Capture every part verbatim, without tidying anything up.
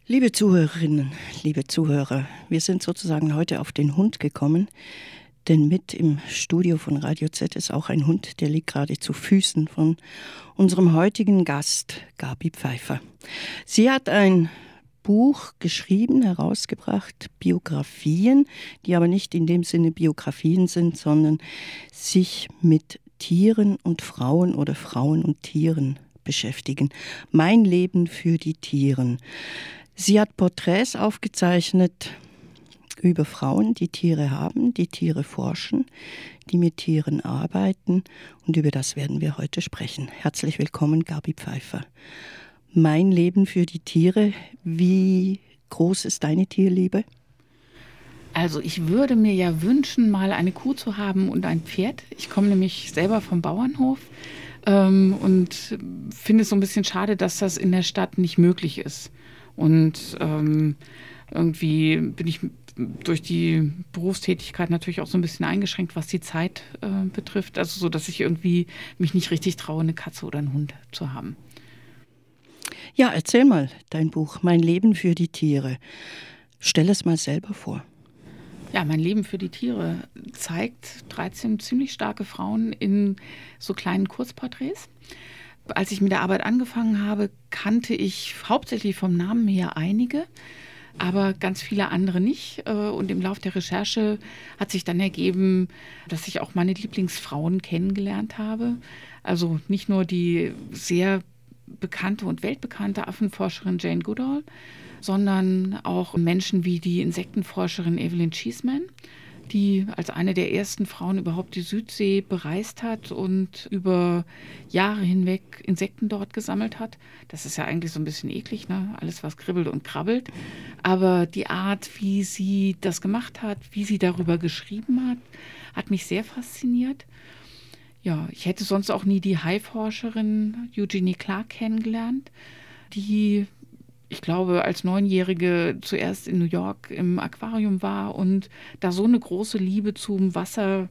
Liebe Zuhörerinnen, liebe Zuhörer, wir sind sozusagen heute auf den Hund gekommen, denn mit im Studio von Radio Z ist auch ein Hund, der liegt gerade zu Füßen von unserem heutigen Gast, Gabi Pfeiffer. Sie hat ein Buch geschrieben, herausgebracht, Biografien, die aber nicht in dem Sinne Biografien sind, sondern sich mit Tieren und Frauen oder Frauen und Tieren beschäftigen. Mein Leben für die Tieren. Sie hat Porträts aufgezeichnet über Frauen, die Tiere haben, die Tiere forschen, die mit Tieren arbeiten, und über das werden wir heute sprechen. Herzlich willkommen, Gabi Pfeiffer. Mein Leben für die Tiere, wie groß ist deine Tierliebe? Also ich würde mir ja wünschen, mal eine Kuh zu haben und ein Pferd. Ich komme nämlich selber vom Bauernhof ähm, und finde es so ein bisschen schade, dass das in der Stadt nicht möglich ist. Und ähm, irgendwie bin ich durch die Berufstätigkeit natürlich auch so ein bisschen eingeschränkt, was die Zeit äh, betrifft. Also so, dass ich irgendwie mich nicht richtig traue, eine Katze oder einen Hund zu haben. Ja, erzähl mal dein Buch, Mein Leben für die Tiere. Stell es mal selber vor. Ja, mein Leben für die Tiere zeigt dreizehn ziemlich starke Frauen in so kleinen Kurzporträts. Als ich mit der Arbeit angefangen habe, kannte ich hauptsächlich vom Namen her einige, aber ganz viele andere nicht. Und im Lauf der Recherche hat sich dann ergeben, dass ich auch meine Lieblingsfrauen kennengelernt habe. Also nicht nur die sehr bekannte und weltbekannte Affenforscherin Jane Goodall, sondern auch Menschen wie die Insektenforscherin Evelyn Cheeseman, die als eine der ersten Frauen überhaupt die Südsee bereist hat und über Jahre hinweg Insekten dort gesammelt hat. Das ist ja eigentlich so ein bisschen eklig, ne? Alles, was kribbelt und krabbelt. Aber die Art, wie sie das gemacht hat, wie sie darüber geschrieben hat, hat mich sehr fasziniert. Ja, ich hätte sonst auch nie die Haiforscherin Eugenie Clark kennengelernt, die, ich glaube, als Neunjährige zuerst in New York im Aquarium war und da so eine große Liebe zum Wassergetier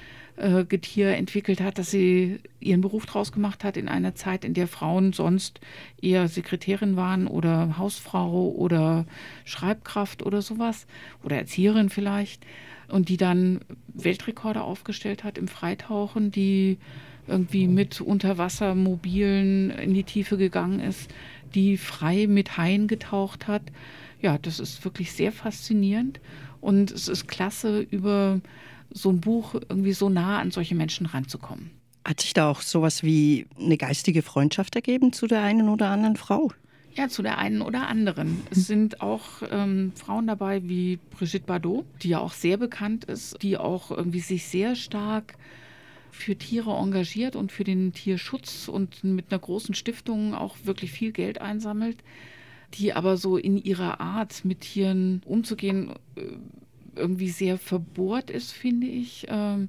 entwickelt hat, dass sie ihren Beruf draus gemacht hat in einer Zeit, in der Frauen sonst eher Sekretärin waren oder Hausfrau oder Schreibkraft oder sowas oder Erzieherin vielleicht. Und die dann Weltrekorde aufgestellt hat im Freitauchen, die irgendwie mit Unterwassermobilen in die Tiefe gegangen ist, die frei mit Haien getaucht hat. Ja, das ist wirklich sehr faszinierend und es ist klasse, über so ein Buch irgendwie so nah an solche Menschen ranzukommen. Hat sich da auch sowas wie eine geistige Freundschaft ergeben zu der einen oder anderen Frau? Ja, zu der einen oder anderen. Es sind auch ähm, Frauen dabei wie Brigitte Bardot, die ja auch sehr bekannt ist, die auch irgendwie sich sehr stark für Tiere engagiert und für den Tierschutz und mit einer großen Stiftung auch wirklich viel Geld einsammelt, die aber so in ihrer Art, mit Tieren umzugehen, irgendwie sehr verbohrt ist, finde ich.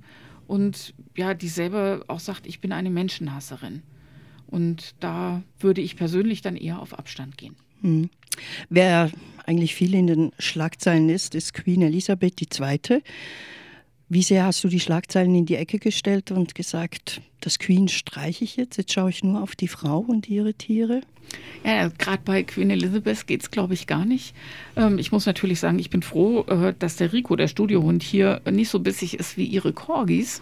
Und ja, die selber auch sagt, ich bin eine Menschenhasserin. Und da würde ich persönlich dann eher auf Abstand gehen. Hm. Wer eigentlich viel in den Schlagzeilen ist, ist Queen Elisabeth die Zweite. Wie sehr hast du die Schlagzeilen in die Ecke gestellt und gesagt, das Queen streiche ich jetzt, jetzt schaue ich nur auf die Frau und ihre Tiere? Ja, gerade bei Queen Elizabeth geht es, glaube ich, gar nicht. Ähm, ich muss natürlich sagen, ich bin froh, äh, dass der Rico, der Studiohund, hier nicht so bissig ist wie ihre Corgis.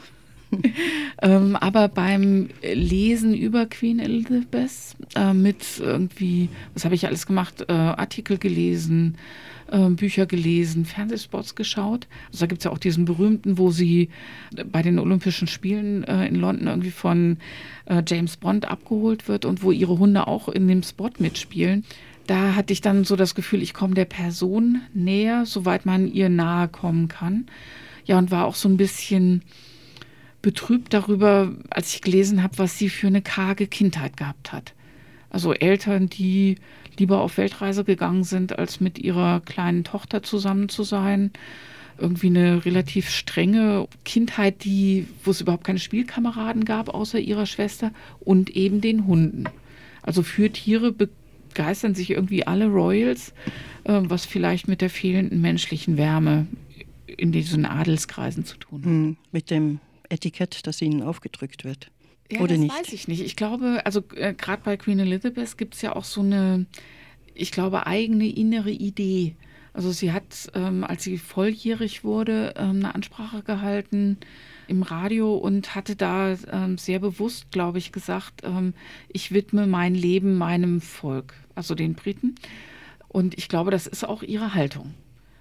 ähm, aber beim Lesen über Queen Elizabeth äh, mit irgendwie, was habe ich alles gemacht, äh, Artikel gelesen, äh, Bücher gelesen, Fernsehspots geschaut. Also da gibt es ja auch diesen berühmten, wo sie bei den Olympischen Spielen äh, in London irgendwie von äh, James Bond abgeholt wird und wo ihre Hunde auch in dem Spot mitspielen. Da hatte ich dann so das Gefühl, ich komme der Person näher, soweit man ihr nahe kommen kann. Ja, und war auch so ein bisschen betrübt darüber, als ich gelesen habe, was sie für eine karge Kindheit gehabt hat. Also Eltern, die lieber auf Weltreise gegangen sind, als mit ihrer kleinen Tochter zusammen zu sein. Irgendwie eine relativ strenge Kindheit, die, wo es überhaupt keine Spielkameraden gab, außer ihrer Schwester und eben den Hunden. Also für Tiere begeistern sich irgendwie alle Royals, äh, was vielleicht mit der fehlenden menschlichen Wärme in diesen Adelskreisen zu tun hat. Hm, mit dem Etikett, das ihnen aufgedrückt wird. Ja, Oder das nicht? weiß ich nicht. Ich glaube, also äh, gerade bei Queen Elizabeth gibt es ja auch so eine ich glaube, eigene innere Idee. Also sie hat, ähm, als sie volljährig wurde, ähm, eine Ansprache gehalten im Radio und hatte da ähm, sehr bewusst, glaube ich, gesagt, ähm, ich widme mein Leben meinem Volk, also den Briten. Und ich glaube, das ist auch ihre Haltung,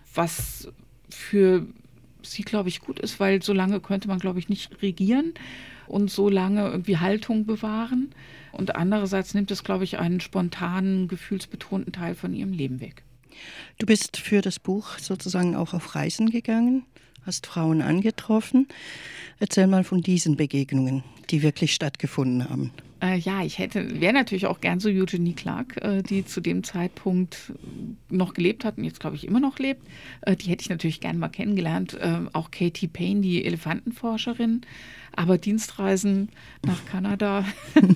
was für sie, glaube ich, gut ist, weil so lange könnte man, glaube ich, nicht regieren und so lange irgendwie Haltung bewahren. Und andererseits nimmt es, glaube ich, einen spontanen, gefühlsbetonten Teil von ihrem Leben weg. Du bist für das Buch sozusagen auch auf Reisen gegangen, hast Frauen angetroffen. Erzähl mal von diesen Begegnungen, die wirklich stattgefunden haben. Äh, ja, ich hätte, wäre natürlich auch gern so Eugenie Clark, äh, die zu dem Zeitpunkt noch gelebt hat und jetzt, glaube ich, immer noch lebt. Äh, die hätte ich natürlich gern mal kennengelernt. Äh, auch Katie Payne, die Elefantenforscherin. Aber Dienstreisen nach Kanada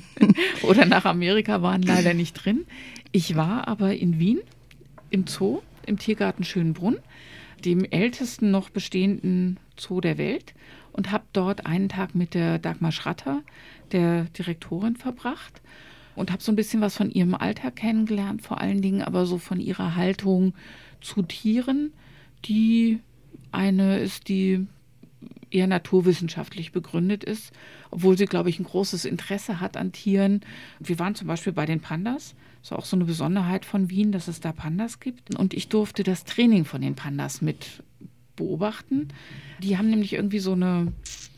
oder nach Amerika waren leider nicht drin. Ich war aber in Wien im Zoo, im Tiergarten Schönbrunn, dem ältesten noch bestehenden Zoo der Welt, und habe dort einen Tag mit der Dagmar Schratter, der Direktorin, verbracht und habe so ein bisschen was von ihrem Alltag kennengelernt, vor allen Dingen aber so von ihrer Haltung zu Tieren, die eine ist, die eher naturwissenschaftlich begründet ist, obwohl sie, glaube ich, ein großes Interesse hat an Tieren. Wir waren zum Beispiel bei den Pandas. Das ist auch so eine Besonderheit von Wien, dass es da Pandas gibt. Und ich durfte das Training von den Pandas mit beobachten. Die haben nämlich irgendwie so eine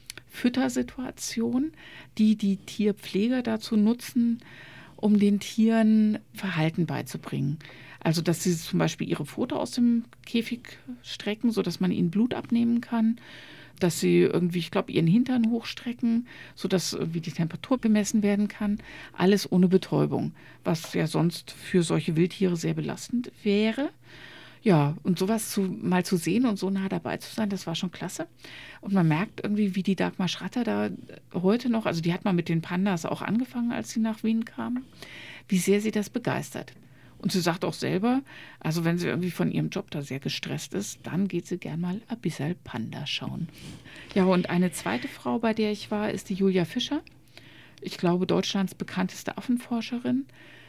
Füttersituation, die die Tierpfleger dazu nutzen, um den Tieren Verhalten beizubringen. Also, dass sie zum Beispiel ihre Pfote aus dem Käfig strecken, sodass man ihnen Blut abnehmen kann. Dass sie irgendwie, ich glaube, ihren Hintern hochstrecken, sodass irgendwie die Temperatur gemessen werden kann. Alles ohne Betäubung, was ja sonst für solche Wildtiere sehr belastend wäre. Ja, und sowas zu, mal zu sehen und so nah dabei zu sein, das war schon klasse. Und man merkt irgendwie, wie die Dagmar Schratter da heute noch, also die hat mal mit den Pandas auch angefangen, als sie nach Wien kam, wie sehr sie das begeistert. Und sie sagt auch selber, also wenn sie irgendwie von ihrem Job da sehr gestresst ist, dann geht sie gern mal ein bisschen Panda schauen. Ja, und eine zweite Frau, bei der ich war, ist die Julia Fischer. Ich glaube, Deutschlands bekannteste Affenforscherin,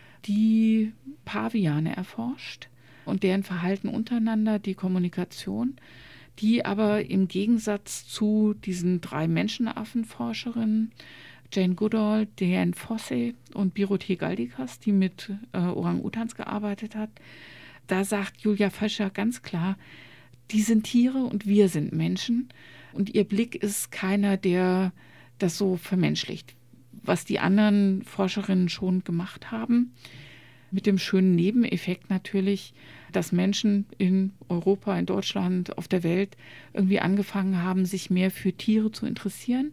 die Paviane erforscht und deren Verhalten untereinander, die Kommunikation, die aber im Gegensatz zu diesen drei Menschenaffenforscherinnen, Jane Goodall, Diane Fossey und Biruté Galdikas, die mit äh, Orang-Utans gearbeitet hat, da sagt Julia Fischer ganz klar, die sind Tiere und wir sind Menschen. Und ihr Blick ist keiner, der das so vermenschlicht, was die anderen Forscherinnen schon gemacht haben. Mit dem schönen Nebeneffekt natürlich, dass Menschen in Europa, in Deutschland, auf der Welt irgendwie angefangen haben, sich mehr für Tiere zu interessieren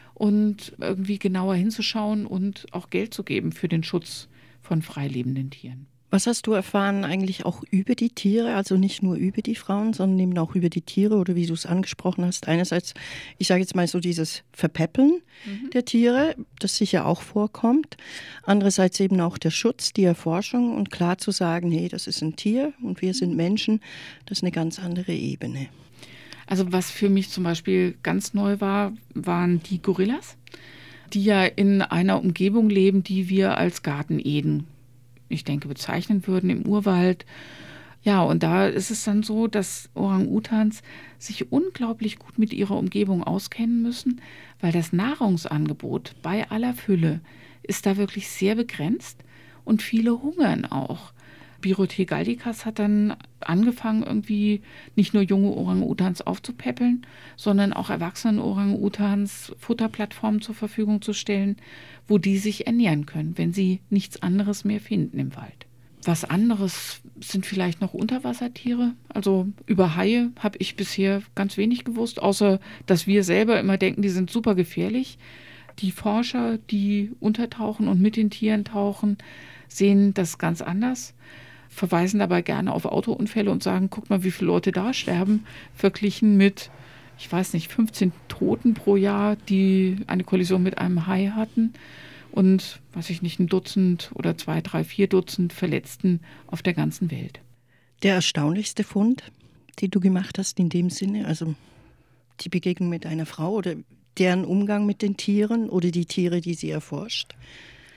und irgendwie genauer hinzuschauen und auch Geld zu geben für den Schutz von freilebenden Tieren. Was hast du erfahren eigentlich auch über die Tiere, also nicht nur über die Frauen, sondern eben auch über die Tiere oder wie du es angesprochen hast? Einerseits, ich sage jetzt mal so dieses Verpäppeln mhm. der Tiere, das sicher auch vorkommt. Andererseits eben auch der Schutz, die Erforschung und klar zu sagen, hey, das ist ein Tier und wir sind Menschen, das ist eine ganz andere Ebene. Also was für mich zum Beispiel ganz neu war, waren die Gorillas, die ja in einer Umgebung leben, die wir als Garten Eden, ich denke, bezeichnen würden, im Urwald. Ja, und da ist es dann so, dass Orang-Utans sich unglaublich gut mit ihrer Umgebung auskennen müssen, weil das Nahrungsangebot bei aller Fülle ist da wirklich sehr begrenzt und viele hungern auch. Biruté Galdikas hat dann angefangen, irgendwie nicht nur junge Orang-Utans aufzupäppeln, sondern auch erwachsenen Orang-Utans Futterplattformen zur Verfügung zu stellen, wo die sich ernähren können, wenn sie nichts anderes mehr finden im Wald. Was anderes sind vielleicht noch Unterwassertiere. Also über Haie habe ich bisher ganz wenig gewusst, außer dass wir selber immer denken, die sind super gefährlich. Die Forscher, die untertauchen und mit den Tieren tauchen, sehen das ganz anders, verweisen dabei gerne auf Autounfälle und sagen, guck mal, wie viele Leute da sterben, verglichen mit, ich weiß nicht, fünfzehn Toten pro Jahr, die eine Kollision mit einem Hai hatten und, weiß ich nicht, ein Dutzend oder zwei, drei, vier Dutzend Verletzten auf der ganzen Welt. Der erstaunlichste Fund, den du gemacht hast in dem Sinne, also die Begegnung mit einer Frau oder deren Umgang mit den Tieren oder die Tiere, die sie erforscht?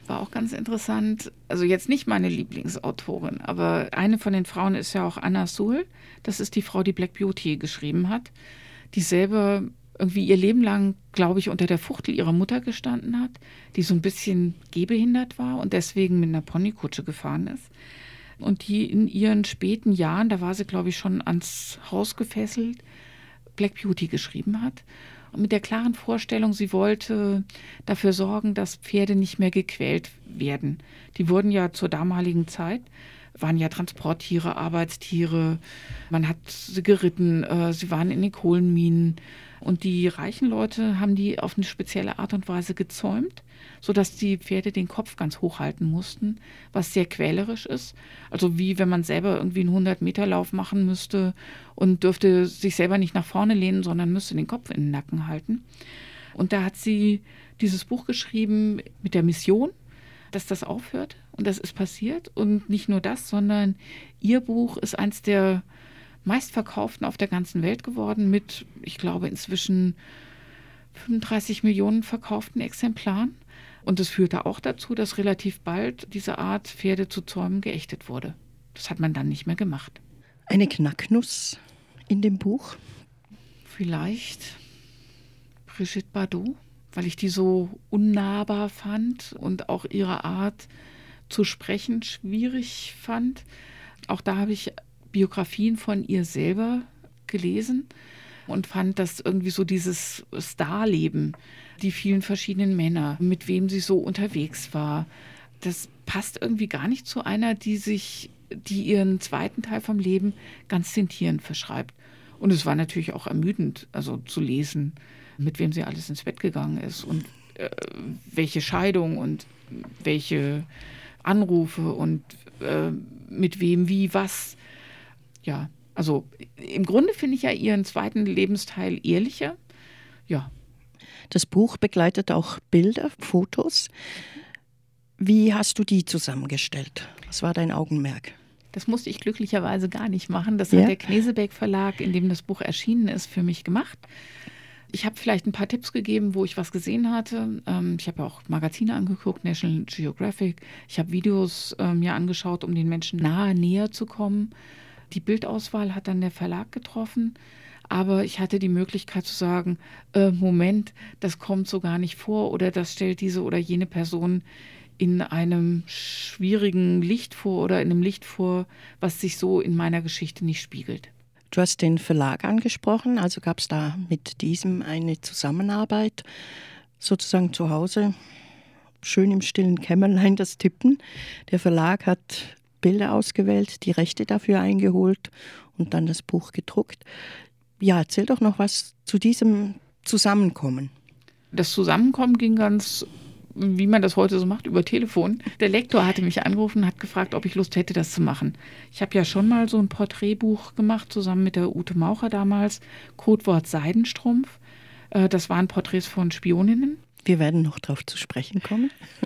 War auch ganz interessant. Also jetzt nicht meine Lieblingsautorin, aber eine von den Frauen ist ja auch Anna Sewell. Das ist die Frau, die Black Beauty geschrieben hat, die selber irgendwie ihr Leben lang, glaube ich, unter der Fuchtel ihrer Mutter gestanden hat, die so ein bisschen gehbehindert war und deswegen mit einer Ponykutsche gefahren ist. Und die in ihren späten Jahren, da war sie, glaube ich, schon ans Haus gefesselt, Black Beauty geschrieben hat. Und mit der klaren Vorstellung, sie wollte dafür sorgen, dass Pferde nicht mehr gequält werden. Die wurden ja zur damaligen Zeit, waren ja Transporttiere, Arbeitstiere. Man hat sie geritten, äh, sie waren in den Kohlenminen. Und die reichen Leute haben die auf eine spezielle Art und Weise gezäumt, sodass die Pferde den Kopf ganz hoch halten mussten, was sehr quälerisch ist. Also wie wenn man selber irgendwie einen hundert-Meter-Lauf machen müsste und dürfte sich selber nicht nach vorne lehnen, sondern müsste den Kopf in den Nacken halten. Und da hat sie dieses Buch geschrieben mit der Mission, dass das aufhört. Und das ist passiert. Und nicht nur das, sondern ihr Buch ist eins der meistverkauften auf der ganzen Welt geworden mit, ich glaube, inzwischen fünfunddreißig Millionen verkauften Exemplaren. Und es führte auch dazu, dass relativ bald diese Art, Pferde zu zäumen, geächtet wurde. Das hat man dann nicht mehr gemacht. Eine Knacknuss in dem Buch? Vielleicht Brigitte Bardot, weil ich die so unnahbar fand und auch ihre Art zu sprechen schwierig fand. Auch da habe ich Biografien von ihr selber gelesen und fand, dass irgendwie so dieses Starleben, die vielen verschiedenen Männer, mit wem sie so unterwegs war, das passt irgendwie gar nicht zu einer, die sich, die ihren zweiten Teil vom Leben ganz sentierend verschreibt. Und es war natürlich auch ermüdend, also zu lesen, mit wem sie alles ins Bett gegangen ist und äh, welche Scheidung und welche Anrufe und äh, mit wem, wie, was. Ja, also im Grunde finde ich ja ihren zweiten Lebensteil ehrlicher. Ja. Das Buch begleitet auch Bilder, Fotos. Wie hast du die zusammengestellt? Was war dein Augenmerk? Das musste ich glücklicherweise gar nicht machen. Das Ja? hat der Knesebeck Verlag, in dem das Buch erschienen ist, für mich gemacht. Ich habe vielleicht ein paar Tipps gegeben, wo ich was gesehen hatte. Ähm, ich habe ja auch Magazine angeguckt, National Geographic. Ich habe Videos äh, mir angeschaut, um den Menschen nahe, näher zu kommen. Die Bildauswahl hat dann der Verlag getroffen, aber ich hatte die Möglichkeit zu sagen, äh, Moment, das kommt so gar nicht vor oder das stellt diese oder jene Person in einem schwierigen Licht vor oder in einem Licht vor, was sich so in meiner Geschichte nicht spiegelt. Du hast den Verlag angesprochen, also gab es da mit diesem eine Zusammenarbeit, sozusagen zu Hause, schön im stillen Kämmerlein das Tippen. Der Verlag hat Bilder ausgewählt, die Rechte dafür eingeholt und dann das Buch gedruckt. Ja, erzähl doch noch was zu diesem Zusammenkommen. Das Zusammenkommen ging ganz, wie man das heute so macht, über Telefon. Der Lektor hatte mich angerufen und hat gefragt, ob ich Lust hätte, das zu machen. Ich habe ja schon mal so ein Porträtbuch gemacht, zusammen mit der Ute Maucher damals, Codewort Seidenstrumpf. Das waren Porträts von Spioninnen. Wir werden noch darauf zu sprechen kommen.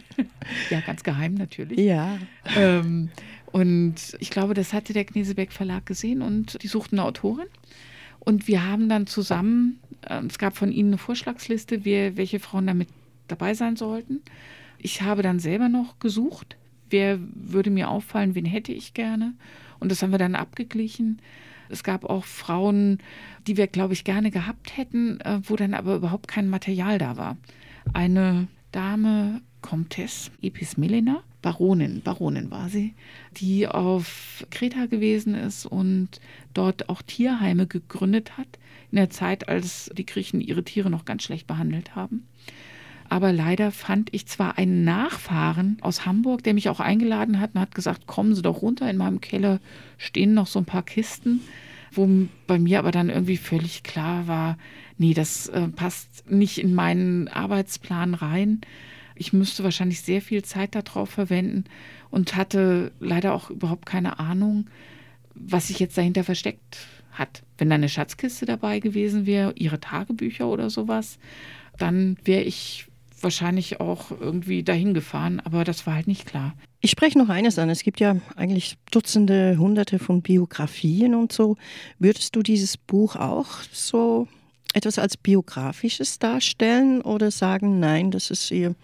Ja, ganz geheim natürlich. Ja. Ähm, und ich glaube, das hatte der Knesebeck Verlag gesehen und die suchten eine Autorin. Und wir haben dann zusammen, äh, es gab von ihnen eine Vorschlagsliste, wer, welche Frauen damit dabei sein sollten. Ich habe dann selber noch gesucht, wer würde mir auffallen, wen hätte ich gerne. Und das haben wir dann abgeglichen. Es gab auch Frauen, die wir, glaube ich, gerne gehabt hätten, äh, wo dann aber überhaupt kein Material da war. Eine Dame, Comtesse Epis Melena, Baronin, Baronin war sie, die auf Kreta gewesen ist und dort auch Tierheime gegründet hat, in der Zeit, als die Griechen ihre Tiere noch ganz schlecht behandelt haben. Aber leider fand ich zwar einen Nachfahren aus Hamburg, der mich auch eingeladen hat und hat gesagt, kommen Sie doch runter, in meinem Keller stehen noch so ein paar Kisten, wo bei mir aber dann irgendwie völlig klar war, nee, das äh, passt nicht in meinen Arbeitsplan rein. Ich müsste wahrscheinlich sehr viel Zeit darauf verwenden und hatte leider auch überhaupt keine Ahnung, was sich jetzt dahinter versteckt hat. Wenn da eine Schatzkiste dabei gewesen wäre, ihre Tagebücher oder sowas, dann wäre ich wahrscheinlich auch irgendwie dahin gefahren, aber das war halt nicht klar. Ich spreche noch eines an. Es gibt ja eigentlich Dutzende, Hunderte von Biografien und so. Würdest du dieses Buch auch so etwas als Biografisches darstellen oder sagen, nein, das ist eher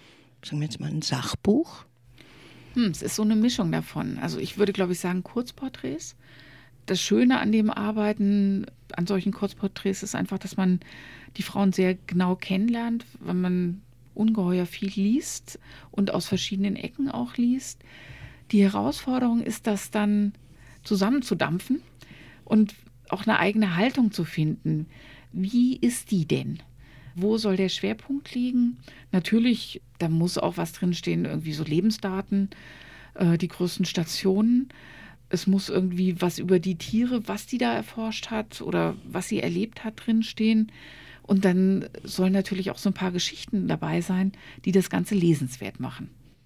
sagen wir jetzt mal, ein Sachbuch? Hm, es ist so eine Mischung davon. Also ich würde, glaube ich, sagen Kurzporträts. Das Schöne an dem Arbeiten, an solchen Kurzporträts ist einfach, dass man die Frauen sehr genau kennenlernt, weil man ungeheuer viel liest und aus verschiedenen Ecken auch liest. Die Herausforderung ist, das dann zusammenzudampfen und auch eine eigene Haltung zu finden. Wie ist die denn? Wo soll der Schwerpunkt liegen? Natürlich, da muss auch was drinstehen, irgendwie so Lebensdaten, äh, die größten Stationen. Es muss irgendwie was über die Tiere, was die da erforscht hat oder was sie erlebt hat, drinstehen. Und dann sollen natürlich auch so ein paar Geschichten dabei sein, die das Ganze lesenswert machen.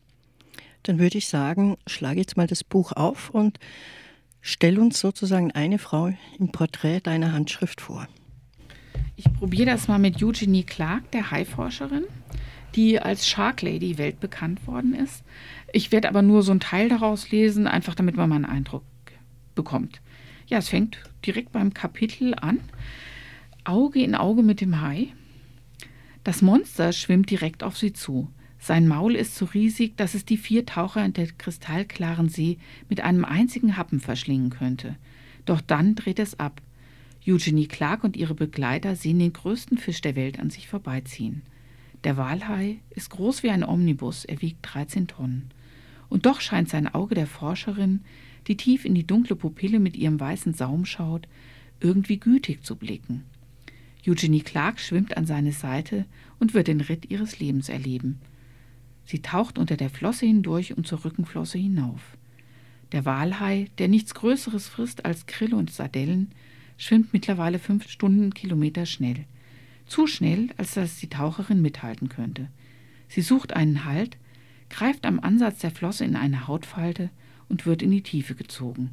Dann würde ich sagen, schlage jetzt mal das Buch auf und stell uns sozusagen eine Frau im Porträt deiner Handschrift vor. Ich probiere das mal mit Eugenie Clark, der Haiforscherin, die als Shark Lady weltbekannt worden ist. Ich werde aber nur so einen Teil daraus lesen, einfach damit man mal einen Eindruck bekommt. Ja, es fängt direkt beim Kapitel an. Auge in Auge mit dem Hai. Das Monster schwimmt direkt auf sie zu. Sein Maul ist so riesig, dass es die vier Taucher in der kristallklaren See mit einem einzigen Happen verschlingen könnte. Doch dann dreht es ab. Eugenie Clark und ihre Begleiter sehen den größten Fisch der Welt an sich vorbeiziehen. Der Walhai ist groß wie ein Omnibus, er wiegt dreizehn Tonnen. Und doch scheint sein Auge der Forscherin, die tief in die dunkle Pupille mit ihrem weißen Saum schaut, irgendwie gütig zu blicken. Eugenie Clark schwimmt an seine Seite und wird den Ritt ihres Lebens erleben. Sie taucht unter der Flosse hindurch und zur Rückenflosse hinauf. Der Walhai, der nichts Größeres frisst als Krill und Sardellen, schwimmt mittlerweile fünf Stundenkilometer schnell. Zu schnell, als dass die Taucherin mithalten könnte. Sie sucht einen Halt, greift am Ansatz der Flosse in eine Hautfalte und wird in die Tiefe gezogen.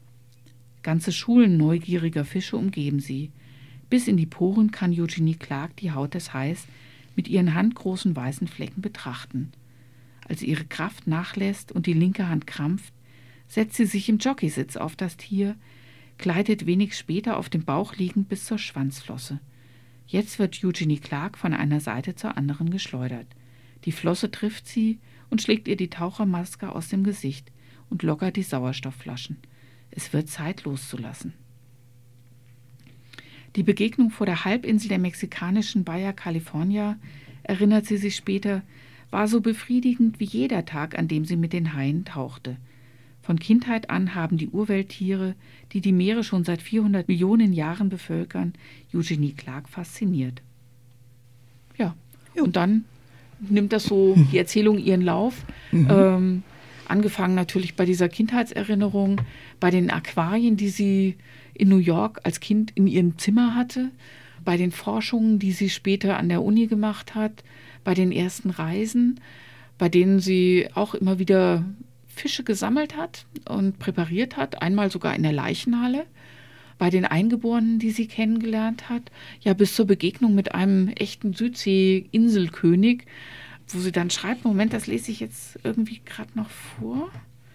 Ganze Schulen neugieriger Fische umgeben sie. Bis in die Poren kann Eugenie Clark die Haut des Hais mit ihren handgroßen weißen Flecken betrachten. Als ihre Kraft nachlässt und die linke Hand krampft, setzt sie sich im Jockeysitz auf das Tier, gleitet wenig später auf dem Bauch liegend bis zur Schwanzflosse. Jetzt wird Eugenie Clark von einer Seite zur anderen geschleudert. Die Flosse trifft sie und schlägt ihr die Tauchermaske aus dem Gesicht und lockert die Sauerstoffflaschen. Es wird Zeit, loszulassen. Die Begegnung vor der Halbinsel der mexikanischen Baja California, erinnert sie sich später, war so befriedigend wie jeder Tag, an dem sie mit den Haien tauchte. Von Kindheit an haben die Urwelttiere, die die Meere schon seit vierhundert Millionen Jahren bevölkern, Eugenie Clark fasziniert. Ja, jo. Und dann nimmt das so die Erzählung ihren Lauf. Mhm. Ähm, angefangen natürlich bei dieser Kindheitserinnerung, bei den Aquarien, die sie in New York als Kind in ihrem Zimmer hatte, bei den Forschungen, die sie später an der Uni gemacht hat, bei den ersten Reisen, bei denen sie auch immer wieder Fische gesammelt hat und präpariert hat, einmal sogar in der Leichenhalle, bei den Eingeborenen, die sie kennengelernt hat, ja bis zur Begegnung mit einem echten Südsee-Inselkönig, wo sie dann schreibt, Moment, das lese ich jetzt irgendwie gerade noch vor.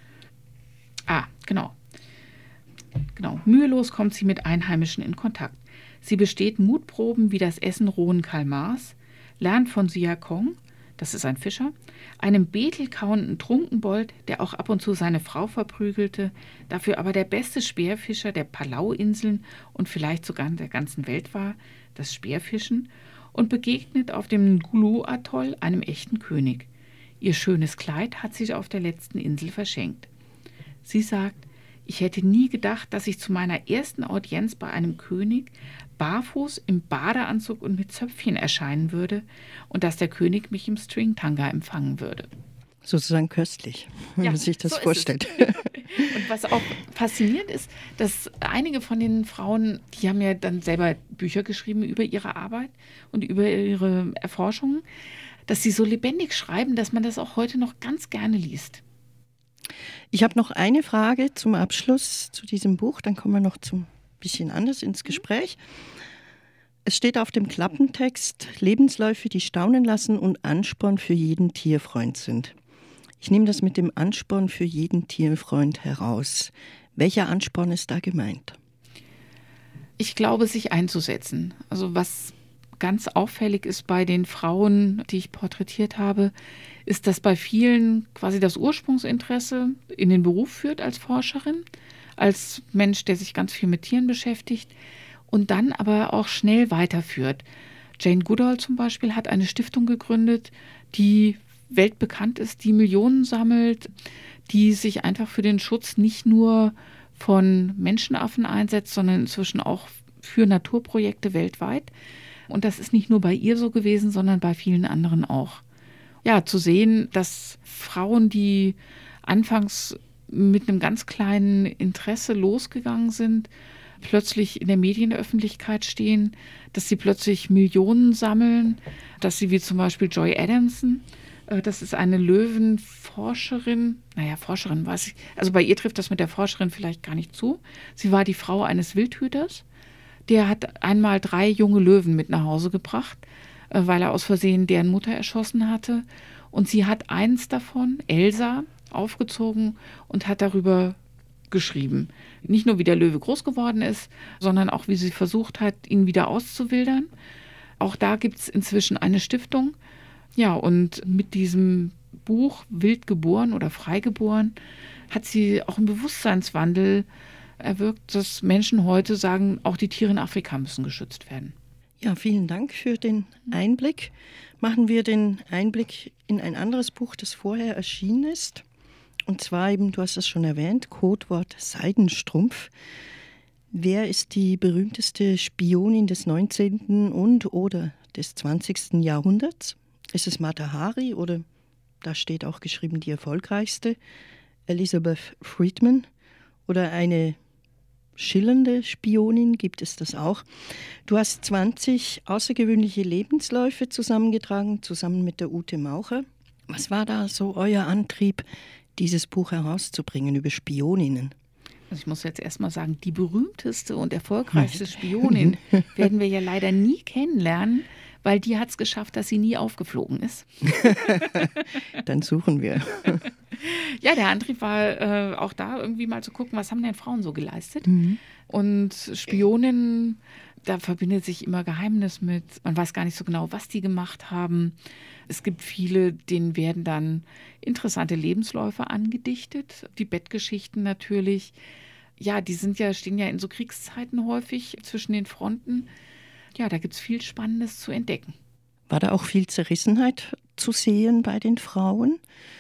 Ah, genau. Genau, mühelos kommt sie mit Einheimischen in Kontakt. Sie besteht Mutproben wie das Essen rohen Kalmars, lernt von Sia Kong, das ist ein Fischer, einem betelkauenden Trunkenbold, der auch ab und zu seine Frau verprügelte, dafür aber der beste Speerfischer der Palau-Inseln und vielleicht sogar der ganzen Welt war, das Speerfischen, und begegnet auf dem Ngulu-Atoll einem echten König. Ihr schönes Kleid hat sie auf der letzten Insel verschenkt. Sie sagt, ich hätte nie gedacht, dass ich zu meiner ersten Audienz bei einem König barfuß im Badeanzug und mit Zöpfchen erscheinen würde und dass der König mich im Stringtanga empfangen würde. Sozusagen köstlich, wenn ja, man sich das so vorstellt. Und was auch faszinierend ist, dass einige von den Frauen, die haben ja dann selber Bücher geschrieben über ihre Arbeit und über ihre Erforschungen, dass sie so lebendig schreiben, dass man das auch heute noch ganz gerne liest. Ich habe noch eine Frage zum Abschluss zu diesem Buch, dann kommen wir noch zum bisschen anders ins Gespräch. Es steht auf dem Klappentext, Lebensläufe, die staunen lassen und Ansporn für jeden Tierfreund sind. Ich nehme das mit dem Ansporn für jeden Tierfreund heraus. Welcher Ansporn ist da gemeint? Ich glaube, sich einzusetzen. Also was ganz auffällig ist bei den Frauen, die ich porträtiert habe, ist, dass bei vielen quasi das Ursprungsinteresse in den Beruf führt als Forscherin, als Mensch, der sich ganz viel mit Tieren beschäftigt und dann aber auch schnell weiterführt. Jane Goodall zum Beispiel hat eine Stiftung gegründet, die weltbekannt ist, die Millionen sammelt, die sich einfach für den Schutz nicht nur von Menschenaffen einsetzt, sondern inzwischen auch für Naturprojekte weltweit. Und das ist nicht nur bei ihr so gewesen, sondern bei vielen anderen auch. Ja, zu sehen, dass Frauen, die anfangs mit einem ganz kleinen Interesse losgegangen sind, plötzlich in der Medienöffentlichkeit stehen, dass sie plötzlich Millionen sammeln, dass sie wie zum Beispiel Joy Adamson, das ist eine Löwenforscherin, naja, Forscherin weiß ich, also bei ihr trifft das mit der Forscherin vielleicht gar nicht zu. Sie war die Frau eines Wildhüters, der hat einmal drei junge Löwen mit nach Hause gebracht, weil er aus Versehen deren Mutter erschossen hatte. Und sie hat eins davon, Elsa, aufgezogen und hat darüber geschrieben. Nicht nur, wie der Löwe groß geworden ist, sondern auch, wie sie versucht hat, ihn wieder auszuwildern. Auch da gibt es inzwischen eine Stiftung. Ja, und mit diesem Buch Wild geboren oder Freigeboren hat sie auch einen Bewusstseinswandel erwirkt, dass Menschen heute sagen, auch die Tiere in Afrika müssen geschützt werden. Ja, vielen Dank für den Einblick. Machen wir den Einblick in ein anderes Buch, das vorher erschienen ist. Und zwar eben, du hast es schon erwähnt, Codewort Seidenstrumpf. Wer ist die berühmteste Spionin des neunzehnten und oder des zwanzigsten Jahrhunderts? Ist es Mata Hari oder, da steht auch geschrieben, die erfolgreichste, Elizabeth Friedman? Oder eine schillernde Spionin, gibt es das auch? Du hast zwanzig außergewöhnliche Lebensläufe zusammengetragen, zusammen mit der Ute Maucher. Was war da so euer Antrieb, dieses Buch herauszubringen über Spioninnen? Also ich muss jetzt erstmal sagen, die berühmteste und erfolgreichste Spionin werden wir ja leider nie kennenlernen, weil die hat es geschafft, dass sie nie aufgeflogen ist. Dann suchen wir. Ja, der Antrieb war äh, auch da irgendwie mal zu gucken, was haben denn Frauen so geleistet? Mhm. Und Spioninnen, da verbindet sich immer Geheimnis mit. Man weiß gar nicht so genau, was die gemacht haben. Es gibt viele, denen werden dann interessante Lebensläufe angedichtet. Die Bettgeschichten natürlich. Ja, die sind ja, stehen ja in so Kriegszeiten häufig zwischen den Fronten. Ja, da gibt es viel Spannendes zu entdecken. War da auch viel Zerrissenheit zu sehen bei den Frauen?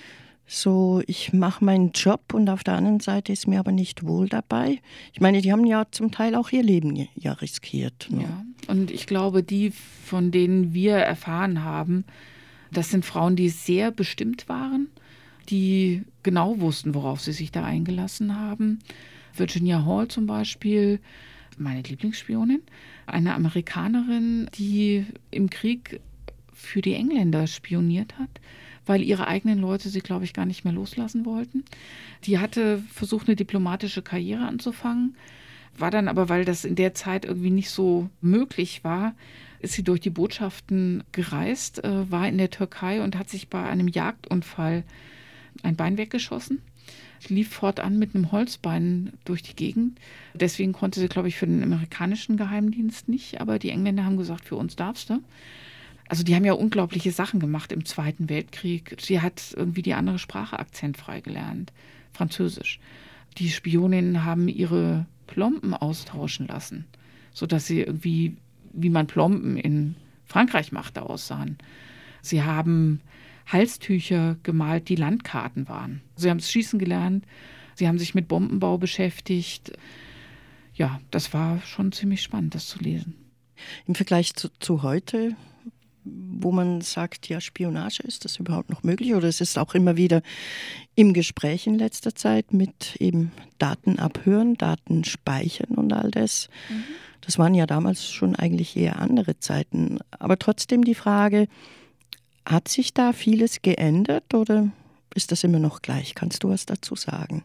So, ich mache meinen Job und auf der anderen Seite ist mir aber nicht wohl dabei. Ich meine, die haben ja zum Teil auch ihr Leben ja riskiert. Ne? Ja, und ich glaube, die, von denen wir erfahren haben, das sind Frauen, die sehr bestimmt waren, die genau wussten, worauf sie sich da eingelassen haben. Virginia Hall zum Beispiel, meine Lieblingsspionin, eine Amerikanerin, die im Krieg für die Engländer spioniert hat, weil ihre eigenen Leute sie, glaube ich, gar nicht mehr loslassen wollten. Die hatte versucht, eine diplomatische Karriere anzufangen, war dann aber, weil das in der Zeit irgendwie nicht so möglich war, ist sie durch die Botschaften gereist, war in der Türkei und hat sich bei einem Jagdunfall ein Bein weggeschossen. Lief fortan mit einem Holzbein durch die Gegend. Deswegen konnte sie, glaube ich, für den amerikanischen Geheimdienst nicht, aber die Engländer haben gesagt, für uns darfst du. Also die haben ja unglaubliche Sachen gemacht im Zweiten Weltkrieg. Sie hat irgendwie die andere Sprache akzentfrei gelernt, Französisch. Die Spioninnen haben ihre Plomben austauschen lassen, sodass sie irgendwie, wie man Plomben in Frankreich machte, aussahen. Sie haben Halstücher gemalt, die Landkarten waren. Sie haben das Schießen gelernt, sie haben sich mit Bombenbau beschäftigt. Ja, das war schon ziemlich spannend, das zu lesen. Im Vergleich zu, zu heute, wo man sagt, ja, Spionage, ist das überhaupt noch möglich? Oder es ist auch immer wieder im Gespräch in letzter Zeit mit eben Daten abhören, Daten speichern und all das. Mhm. Das waren ja damals schon eigentlich eher andere Zeiten. Aber trotzdem die Frage, hat sich da vieles geändert oder ist das immer noch gleich? Kannst du was dazu sagen?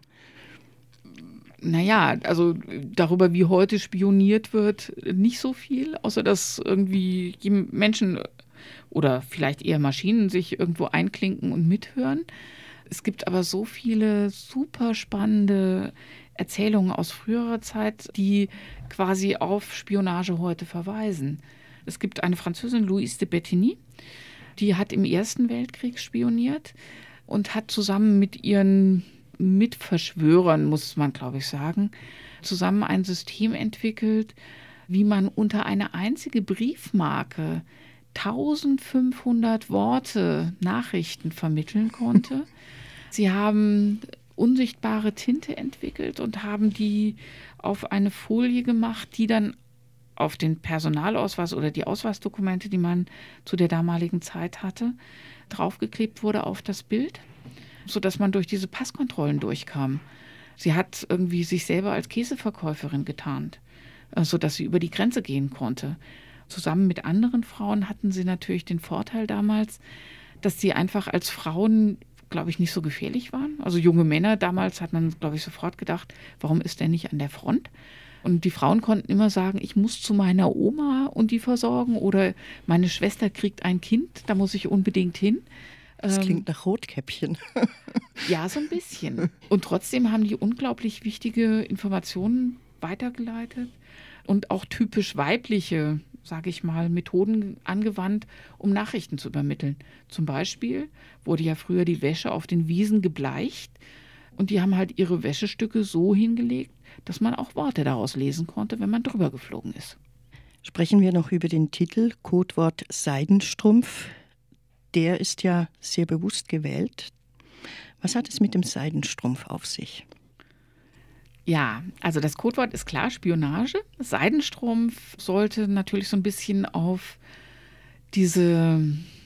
Naja, also darüber, wie heute spioniert wird, nicht so viel, außer dass irgendwie Menschen oder vielleicht eher Maschinen sich irgendwo einklinken und mithören. Es gibt aber so viele super spannende Erzählungen aus früherer Zeit, die quasi auf Spionage heute verweisen. Es gibt eine Französin, Louise de Bettigny, die hat im Ersten Weltkrieg spioniert und hat zusammen mit ihren Mitverschwörern, muss man glaube ich sagen, zusammen ein System entwickelt, wie man unter eine einzige Briefmarke eintausendfünfhundert Worte Nachrichten vermitteln konnte. Sie haben unsichtbare Tinte entwickelt und haben die auf eine Folie gemacht, die dann auf den Personalausweis oder die Ausweisdokumente, die man zu der damaligen Zeit hatte, draufgeklebt wurde auf das Bild, sodass man durch diese Passkontrollen durchkam. Sie hat irgendwie sich selber als Käseverkäuferin getarnt, sodass sie über die Grenze gehen konnte. Zusammen mit anderen Frauen hatten sie natürlich den Vorteil damals, dass sie einfach als Frauen, glaube ich, nicht so gefährlich waren. Also junge Männer damals hat man, glaube ich, sofort gedacht, warum ist der nicht an der Front? Und die Frauen konnten immer sagen, ich muss zu meiner Oma und die versorgen oder meine Schwester kriegt ein Kind, da muss ich unbedingt hin. Das klingt nach Rotkäppchen. Ja, so ein bisschen. Und trotzdem haben die unglaublich wichtige Informationen weitergeleitet und auch typisch weibliche, sage ich mal, Methoden angewandt, um Nachrichten zu übermitteln. Zum Beispiel wurde ja früher die Wäsche auf den Wiesen gebleicht und die haben halt ihre Wäschestücke so hingelegt, dass man auch Worte daraus lesen konnte, wenn man drüber geflogen ist. Sprechen wir noch über den Titel, Codewort Seidenstrumpf. Der ist ja sehr bewusst gewählt. Was hat es mit dem Seidenstrumpf auf sich? Ja, also das Codewort ist klar, Spionage. Seidenstrumpf sollte natürlich so ein bisschen auf diese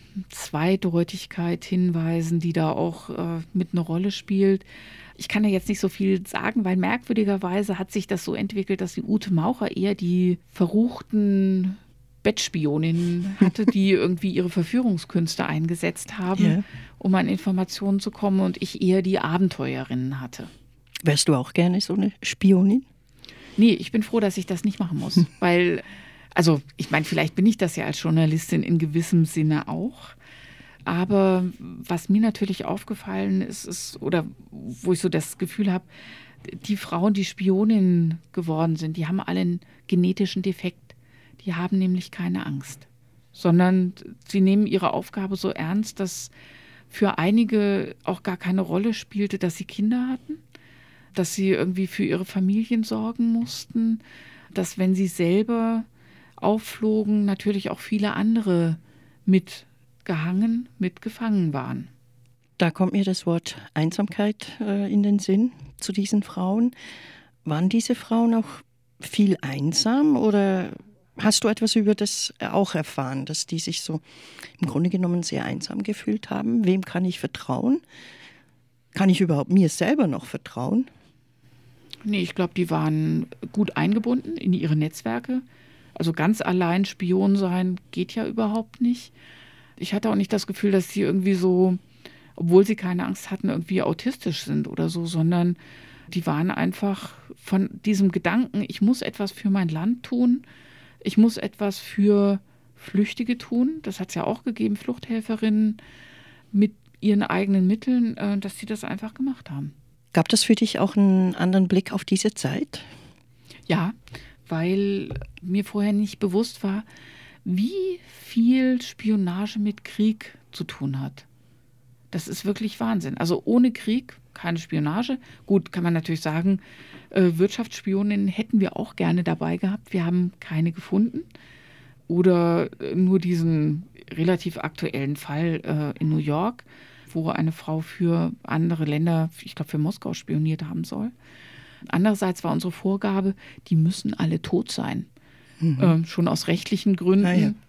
Zweideutigkeit hinweisen, die da auch äh, mit eine Rolle spielt. Ich kann da jetzt nicht so viel sagen, weil merkwürdigerweise hat sich das so entwickelt, dass die Ute Maucher eher die verruchten Bettspioninnen hatte, die irgendwie ihre Verführungskünste eingesetzt haben, ja, um an Informationen zu kommen, und ich eher die Abenteuerinnen hatte. Wärst du auch gerne so eine Spionin? Nee, ich bin froh, dass ich das nicht machen muss, hm. weil, also ich meine, vielleicht bin ich das ja als Journalistin in gewissem Sinne auch, aber was mir natürlich aufgefallen ist, ist, oder wo ich so das Gefühl habe, die Frauen, die Spioninnen geworden sind, die haben alle einen genetischen Defekt. Die haben nämlich keine Angst, sondern sie nehmen ihre Aufgabe so ernst, dass für einige auch gar keine Rolle spielte, dass sie Kinder hatten, dass sie irgendwie für ihre Familien sorgen mussten, dass wenn sie selber aufflogen, natürlich auch viele andere mitgehangen, mitgefangen waren. Da kommt mir das Wort Einsamkeit äh, in den Sinn zu diesen Frauen. Waren diese Frauen auch viel einsam oder hast du etwas über das auch erfahren, dass die sich so im Grunde genommen sehr einsam gefühlt haben? Wem kann ich vertrauen? Kann ich überhaupt mir selber noch vertrauen? Nee, ich glaube, die waren gut eingebunden in ihre Netzwerke. Also ganz allein Spion sein geht ja überhaupt nicht. Ich hatte auch nicht das Gefühl, dass sie irgendwie so, obwohl sie keine Angst hatten, irgendwie autistisch sind oder so, sondern die waren einfach von diesem Gedanken, ich muss etwas für mein Land tun, ich muss etwas für Flüchtige tun. Das hat es ja auch gegeben, Fluchthelferinnen mit ihren eigenen Mitteln, dass sie das einfach gemacht haben. Gab das für dich auch einen anderen Blick auf diese Zeit? Ja, weil mir vorher nicht bewusst war, wie viel Spionage mit Krieg zu tun hat. Das ist wirklich Wahnsinn. Also ohne Krieg keine Spionage. Gut, kann man natürlich sagen, äh, Wirtschaftsspioninnen hätten wir auch gerne dabei gehabt. Wir haben keine gefunden. Oder nur diesen relativ aktuellen Fall äh, in New York, wo eine Frau für andere Länder, ich glaube für Moskau, spioniert haben soll. Andererseits war unsere Vorgabe, die müssen alle tot sein. Mhm. Äh, schon aus rechtlichen Gründen. Ah, ja.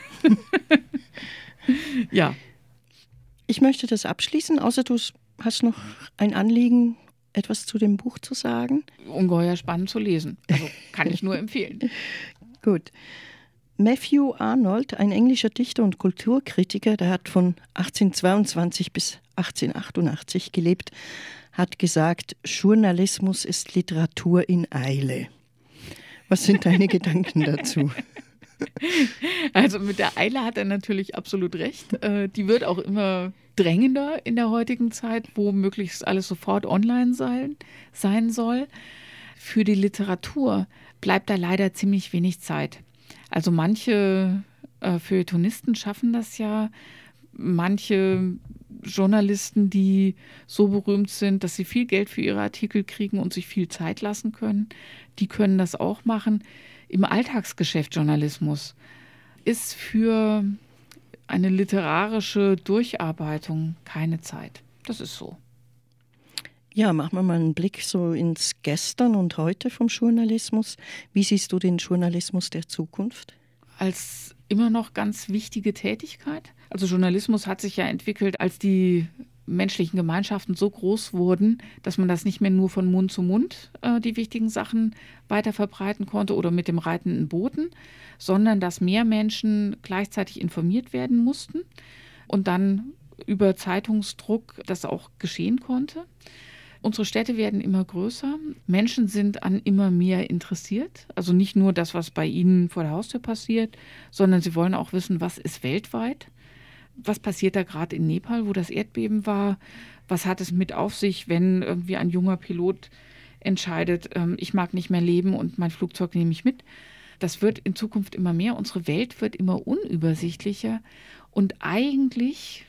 Ja. Ich möchte das abschließen, außer du hast noch ein Anliegen, etwas zu dem Buch zu sagen. Ungeheuer spannend zu lesen. Also kann ich nur empfehlen. Gut. Matthew Arnold, ein englischer Dichter und Kulturkritiker, der hat von achtzehnhundertzweiundzwanzig bis achtzehnhundertachtundachtzig gelebt, hat gesagt, Journalismus ist Literatur in Eile. Was sind deine Gedanken dazu? Also mit der Eile hat er natürlich absolut recht. Die wird auch immer drängender in der heutigen Zeit, wo möglichst alles sofort online sein, sein soll. Für die Literatur bleibt da leider ziemlich wenig Zeit. Also manche äh, Feuilletonisten schaffen das ja, manche Journalisten, die so berühmt sind, dass sie viel Geld für ihre Artikel kriegen und sich viel Zeit lassen können, die können das auch machen. Im Alltagsgeschäft Journalismus ist für eine literarische Durcharbeitung keine Zeit. Das ist so. Ja, machen wir mal einen Blick so ins Gestern und Heute vom Journalismus. Wie siehst du den Journalismus der Zukunft? Als immer noch ganz wichtige Tätigkeit. Also Journalismus hat sich ja entwickelt, als die menschlichen Gemeinschaften so groß wurden, dass man das nicht mehr nur von Mund zu Mund äh, die wichtigen Sachen weiter verbreiten konnte oder mit dem reitenden Boten, sondern dass mehr Menschen gleichzeitig informiert werden mussten und dann über Zeitungsdruck das auch geschehen konnte. Unsere Städte werden immer größer. Menschen sind an immer mehr interessiert. Also nicht nur das, was bei ihnen vor der Haustür passiert, sondern sie wollen auch wissen, was ist weltweit. Was passiert da gerade in Nepal, wo das Erdbeben war? Was hat es mit auf sich, wenn irgendwie ein junger Pilot entscheidet, ähm, ich mag nicht mehr leben und mein Flugzeug nehme ich mit? Das wird in Zukunft immer mehr. Unsere Welt wird immer unübersichtlicher. Und eigentlich,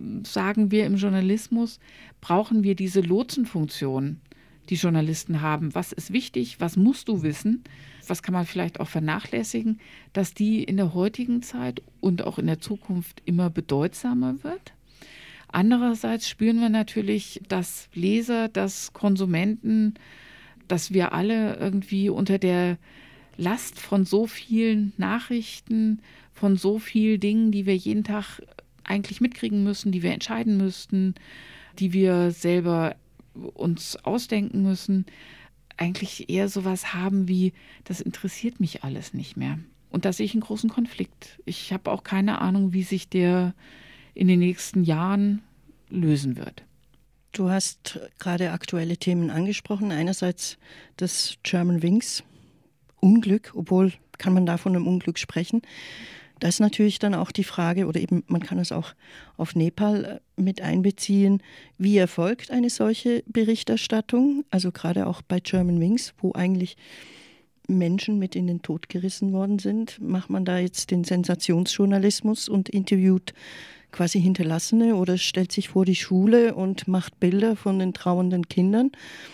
sagen wir im Journalismus, brauchen wir diese Lotsenfunktion, die Journalisten haben. Was ist wichtig? Was musst du wissen? Was kann man vielleicht auch vernachlässigen? Dass die in der heutigen Zeit und auch in der Zukunft immer bedeutsamer wird. Andererseits spüren wir natürlich, dass Leser, dass Konsumenten, dass wir alle irgendwie unter der Last von so vielen Nachrichten, von so vielen Dingen, die wir jeden Tag eigentlich mitkriegen müssen, die wir entscheiden müssten, die wir selber uns ausdenken müssen, eigentlich eher sowas haben wie, das interessiert mich alles nicht mehr. Und da sehe ich einen großen Konflikt. Ich habe auch keine Ahnung, wie sich der in den nächsten Jahren lösen wird. Du hast gerade aktuelle Themen angesprochen. Einerseits das Germanwings Unglück, obwohl kann man da von einem Unglück sprechen. Da ist natürlich dann auch die Frage, oder eben man kann es auch auf Nepal mit einbeziehen, wie erfolgt eine solche Berichterstattung, also gerade auch bei Germanwings, wo eigentlich Menschen mit in den Tod gerissen worden sind. Macht man da jetzt den Sensationsjournalismus und interviewt quasi Hinterlassene oder stellt sich vor die Schule und macht Bilder von den trauernden Kindern?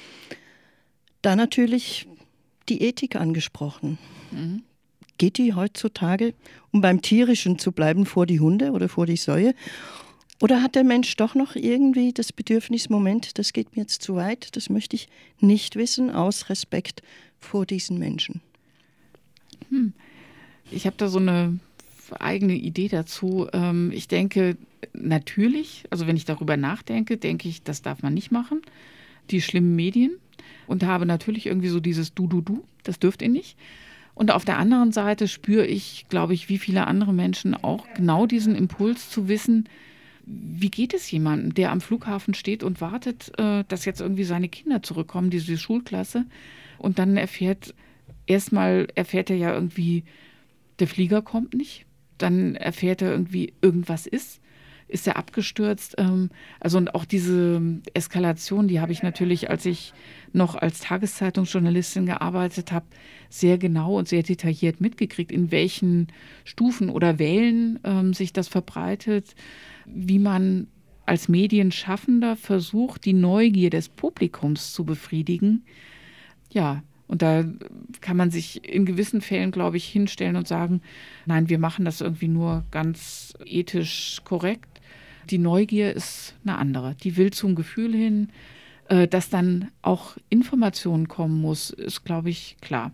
Da natürlich die Ethik angesprochen. Mhm. Geht die heutzutage, um beim Tierischen zu bleiben, vor die Hunde oder vor die Säue? Oder hat der Mensch doch noch irgendwie das Bedürfnis, Moment, das geht mir jetzt zu weit, das möchte ich nicht wissen, aus Respekt vor diesen Menschen? Hm. Ich habe da so eine eigene Idee dazu. Ich denke, natürlich, also wenn ich darüber nachdenke, denke ich, das darf man nicht machen, die schlimmen Medien. Und habe natürlich irgendwie so dieses Du-Du-Du, das dürft ihr nicht. Und auf der anderen Seite spüre ich, glaube ich, wie viele andere Menschen auch genau diesen Impuls zu wissen, wie geht es jemandem, der am Flughafen steht und wartet, dass jetzt irgendwie seine Kinder zurückkommen, diese Schulklasse. Und dann erfährt, erstmal erfährt er ja irgendwie, der Flieger kommt nicht. Dann erfährt er irgendwie, irgendwas ist. Ist er abgestürzt? Also und auch diese Eskalation, die habe ich natürlich, als ich noch als Tageszeitungsjournalistin gearbeitet habe, sehr genau und sehr detailliert mitgekriegt, in welchen Stufen oder Wellen ähm, sich das verbreitet, wie man als Medienschaffender versucht, die Neugier des Publikums zu befriedigen. Ja, und da kann man sich in gewissen Fällen, glaube ich, hinstellen und sagen, nein, wir machen das irgendwie nur ganz ethisch korrekt. Die Neugier ist eine andere. Die will zum Gefühl hin. Dass dann auch Informationen kommen muss, ist, glaube ich, klar.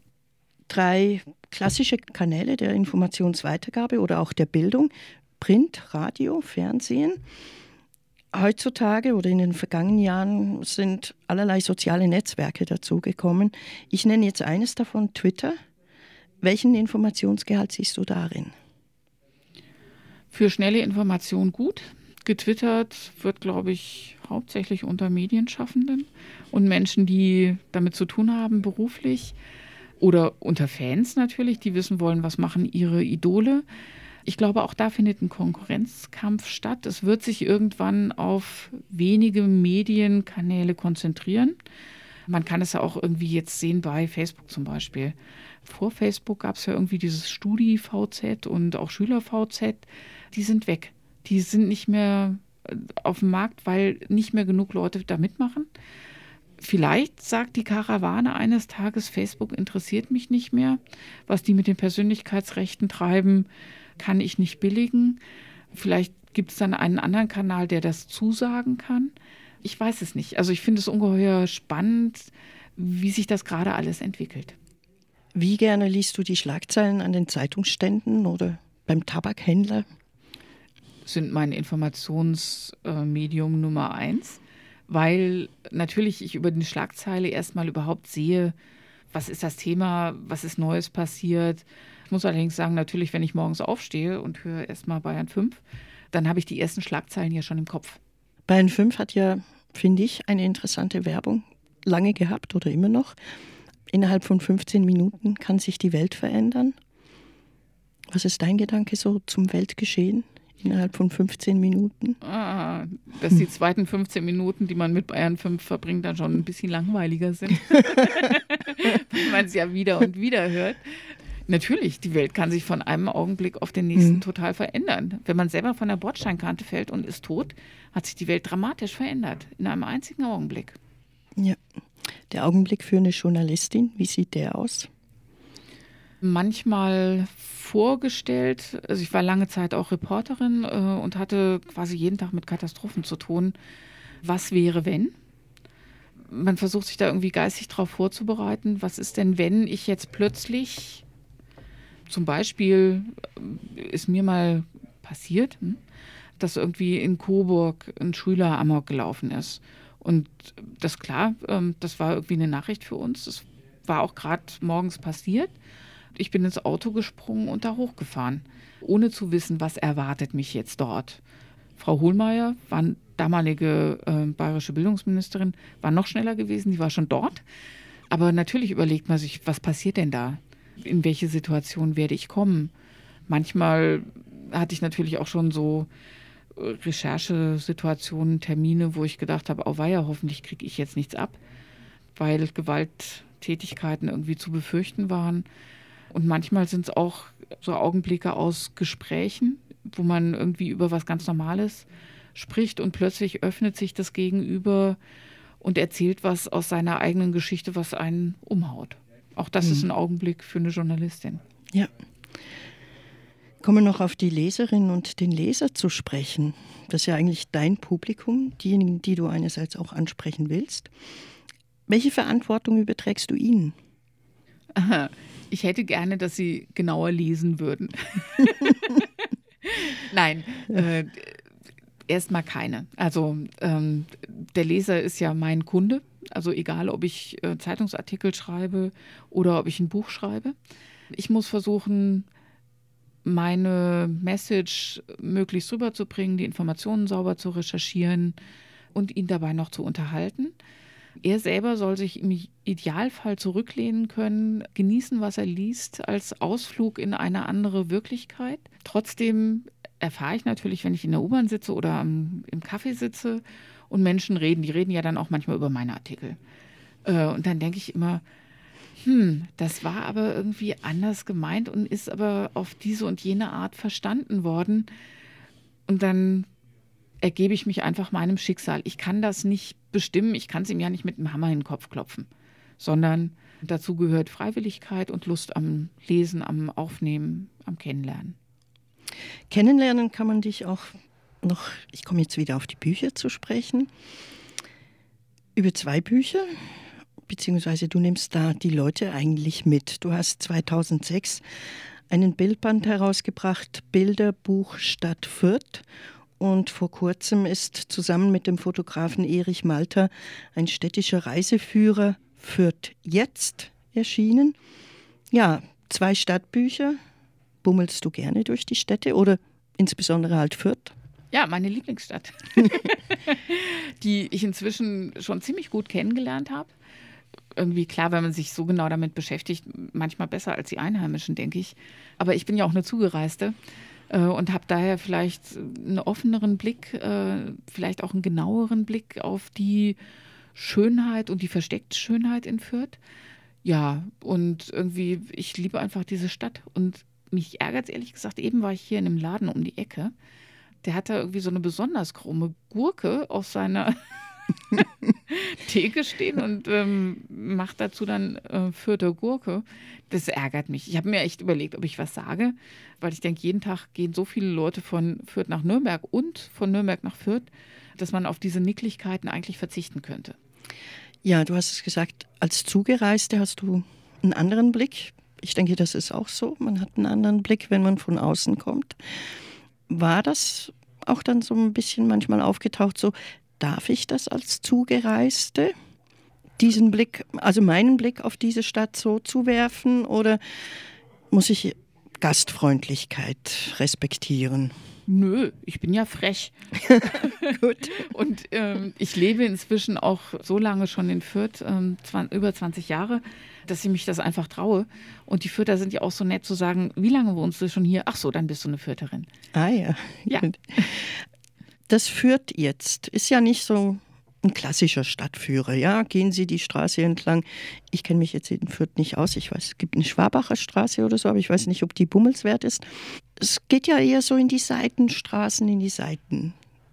Drei klassische Kanäle der Informationsweitergabe oder auch der Bildung: Print, Radio, Fernsehen. Heutzutage oder in den vergangenen Jahren sind allerlei soziale Netzwerke dazugekommen. Ich nenne jetzt eines davon, Twitter. Welchen Informationsgehalt siehst du darin? Für schnelle Information gut. Getwittert wird, glaube ich, hauptsächlich unter Medienschaffenden und Menschen, die damit zu tun haben beruflich oder unter Fans natürlich, die wissen wollen, was machen ihre Idole. Ich glaube, auch da findet ein Konkurrenzkampf statt. Es wird sich irgendwann auf wenige Medienkanäle konzentrieren. Man kann es ja auch irgendwie jetzt sehen bei Facebook zum Beispiel. Vor Facebook gab es ja irgendwie dieses Studi-V Z und auch Schüler-V Z. Die sind weg. Die sind nicht mehr auf dem Markt, weil nicht mehr genug Leute da mitmachen. Vielleicht sagt die Karawane eines Tages, Facebook interessiert mich nicht mehr. Was die mit den Persönlichkeitsrechten treiben, kann ich nicht billigen. Vielleicht gibt es dann einen anderen Kanal, der das zusagen kann. Ich weiß es nicht. Also ich finde es ungeheuer spannend, wie sich das gerade alles entwickelt. Wie gerne liest du die Schlagzeilen an den Zeitungsständen oder beim Tabakhändler? Sind mein Informationsmedium Nummer eins, weil natürlich ich über die Schlagzeile erstmal überhaupt sehe, was ist das Thema, was ist Neues passiert. Ich muss allerdings sagen, natürlich, wenn ich morgens aufstehe und höre erstmal Bayern fünf, dann habe ich die ersten Schlagzeilen ja schon im Kopf. Bayern fünf hat ja, finde ich, eine interessante Werbung lange gehabt oder immer noch. Innerhalb von fünfzehn Minuten kann sich die Welt verändern. Was ist dein Gedanke so zum Weltgeschehen innerhalb von fünfzehn Minuten? Ah, dass die zweiten fünfzehn Minuten, die man mit Bayern fünf verbringt, dann schon ein bisschen langweiliger sind. Weil man es ja wieder und wieder hört. Natürlich, die Welt kann sich von einem Augenblick auf den nächsten mhm. total verändern. Wenn man selber von der Bordsteinkante fällt und ist tot, hat sich die Welt dramatisch verändert. In einem einzigen Augenblick. Ja, der Augenblick für eine Journalistin, wie sieht der aus? Manchmal vorgestellt, also ich war lange Zeit auch Reporterin äh, und hatte quasi jeden Tag mit Katastrophen zu tun. Was wäre, wenn? Man versucht sich da irgendwie geistig drauf vorzubereiten. Was ist denn, wenn ich jetzt plötzlich, zum Beispiel ist mir mal passiert, dass irgendwie in Coburg ein Schüler amok gelaufen ist. Und das klar, das war irgendwie eine Nachricht für uns. Das war auch gerade morgens passiert. Ich bin ins Auto gesprungen und da hochgefahren, ohne zu wissen, was erwartet mich jetzt dort. Frau Hohlmeier, war damalige äh, bayerische Bildungsministerin, war noch schneller gewesen, die war schon dort. Aber natürlich überlegt man sich, was passiert denn da? In welche Situation werde ich kommen? Manchmal hatte ich natürlich auch schon so Recherchesituationen, Termine, wo ich gedacht habe, auweia, hoffentlich kriege ich jetzt nichts ab, weil Gewalttätigkeiten irgendwie zu befürchten waren. Und manchmal sind es auch so Augenblicke aus Gesprächen, wo man irgendwie über was ganz Normales spricht und plötzlich öffnet sich das Gegenüber und erzählt was aus seiner eigenen Geschichte, was einen umhaut. Auch das mhm. ist ein Augenblick für eine Journalistin. Ja. Kommen wir noch auf die Leserin und den Leser zu sprechen. Das ist ja eigentlich dein Publikum, diejenigen, die du einerseits auch ansprechen willst. Welche Verantwortung überträgst du ihnen? Aha. Ich hätte gerne, dass sie genauer lesen würden. Nein, äh, erstmal keine. Also ähm, der Leser ist ja mein Kunde. Also egal, ob ich äh, Zeitungsartikel schreibe oder ob ich ein Buch schreibe. Ich muss versuchen, meine Message möglichst rüberzubringen, die Informationen sauber zu recherchieren und ihn dabei noch zu unterhalten. Er selber soll sich im Idealfall zurücklehnen können, genießen, was er liest, als Ausflug in eine andere Wirklichkeit. Trotzdem erfahre ich natürlich, wenn ich in der U-Bahn sitze oder am, im Café sitze und Menschen reden, die reden ja dann auch manchmal über meine Artikel. Äh, und dann denke ich immer, hm, das war aber irgendwie anders gemeint und ist aber auf diese und jene Art verstanden worden. Und dann ergebe ich mich einfach meinem Schicksal. Ich kann das nicht bestimmen, ich kann es ihm ja nicht mit dem Hammer in den Kopf klopfen, sondern dazu gehört Freiwilligkeit und Lust am Lesen, am Aufnehmen, am Kennenlernen. Kennenlernen kann man dich auch noch, ich komme jetzt wieder auf die Bücher zu sprechen, über zwei Bücher, beziehungsweise du nimmst da die Leute eigentlich mit. Du hast zweitausendsechs einen Bildband herausgebracht, Bilderbuch Stadt Fürth. Und vor kurzem ist zusammen mit dem Fotografen Erich Malter ein städtischer Reiseführer Fürth jetzt erschienen. Ja, zwei Stadtbücher. Bummelst du gerne durch die Städte oder insbesondere halt Fürth? Ja, meine Lieblingsstadt, die ich inzwischen schon ziemlich gut kennengelernt habe. Irgendwie klar, wenn man sich so genau damit beschäftigt, manchmal besser als die Einheimischen, denke ich. Aber ich bin ja auch eine Zugereiste. Und habe daher vielleicht einen offeneren Blick, vielleicht auch einen genaueren Blick auf die Schönheit und die versteckte Schönheit in Fürth. Ja, und irgendwie, ich liebe einfach diese Stadt. Und mich ärgert es ehrlich gesagt, eben war ich hier in einem Laden um die Ecke. Der hat da irgendwie so eine besonders krumme Gurke auf seiner Theke stehen und ähm, macht dazu dann äh, Fürther Gurke. Das ärgert mich. Ich habe mir echt überlegt, ob ich was sage, weil ich denke, jeden Tag gehen so viele Leute von Fürth nach Nürnberg und von Nürnberg nach Fürth, dass man auf diese Nicklichkeiten eigentlich verzichten könnte. Ja, du hast es gesagt, als Zugereiste hast du einen anderen Blick. Ich denke, das ist auch so. Man hat einen anderen Blick, wenn man von außen kommt. War das auch dann so ein bisschen manchmal aufgetaucht, so, darf ich das als Zugereiste, diesen Blick, also meinen Blick auf diese Stadt so zu werfen, oder muss ich Gastfreundlichkeit respektieren? Nö, ich bin ja frech. Gut. Und ähm, ich lebe inzwischen auch so lange schon in Fürth, ähm, zwanzig, über zwanzig Jahre, dass ich mich das einfach traue. Und die Fürther sind ja auch so nett zu sagen, wie lange wohnst du schon hier? Ach so, dann bist du eine Fürtherin. Ah ja. Ja. Das Fürth jetzt ist ja nicht so ein klassischer Stadtführer. Ja, gehen Sie die Straße entlang. Ich kenne mich jetzt in Fürth nicht aus. Ich weiß, es gibt eine Schwabacher Straße oder so, aber ich weiß nicht, ob die bummelswert ist. Es geht ja eher so in die Seitenstraßen, in die Seitenecken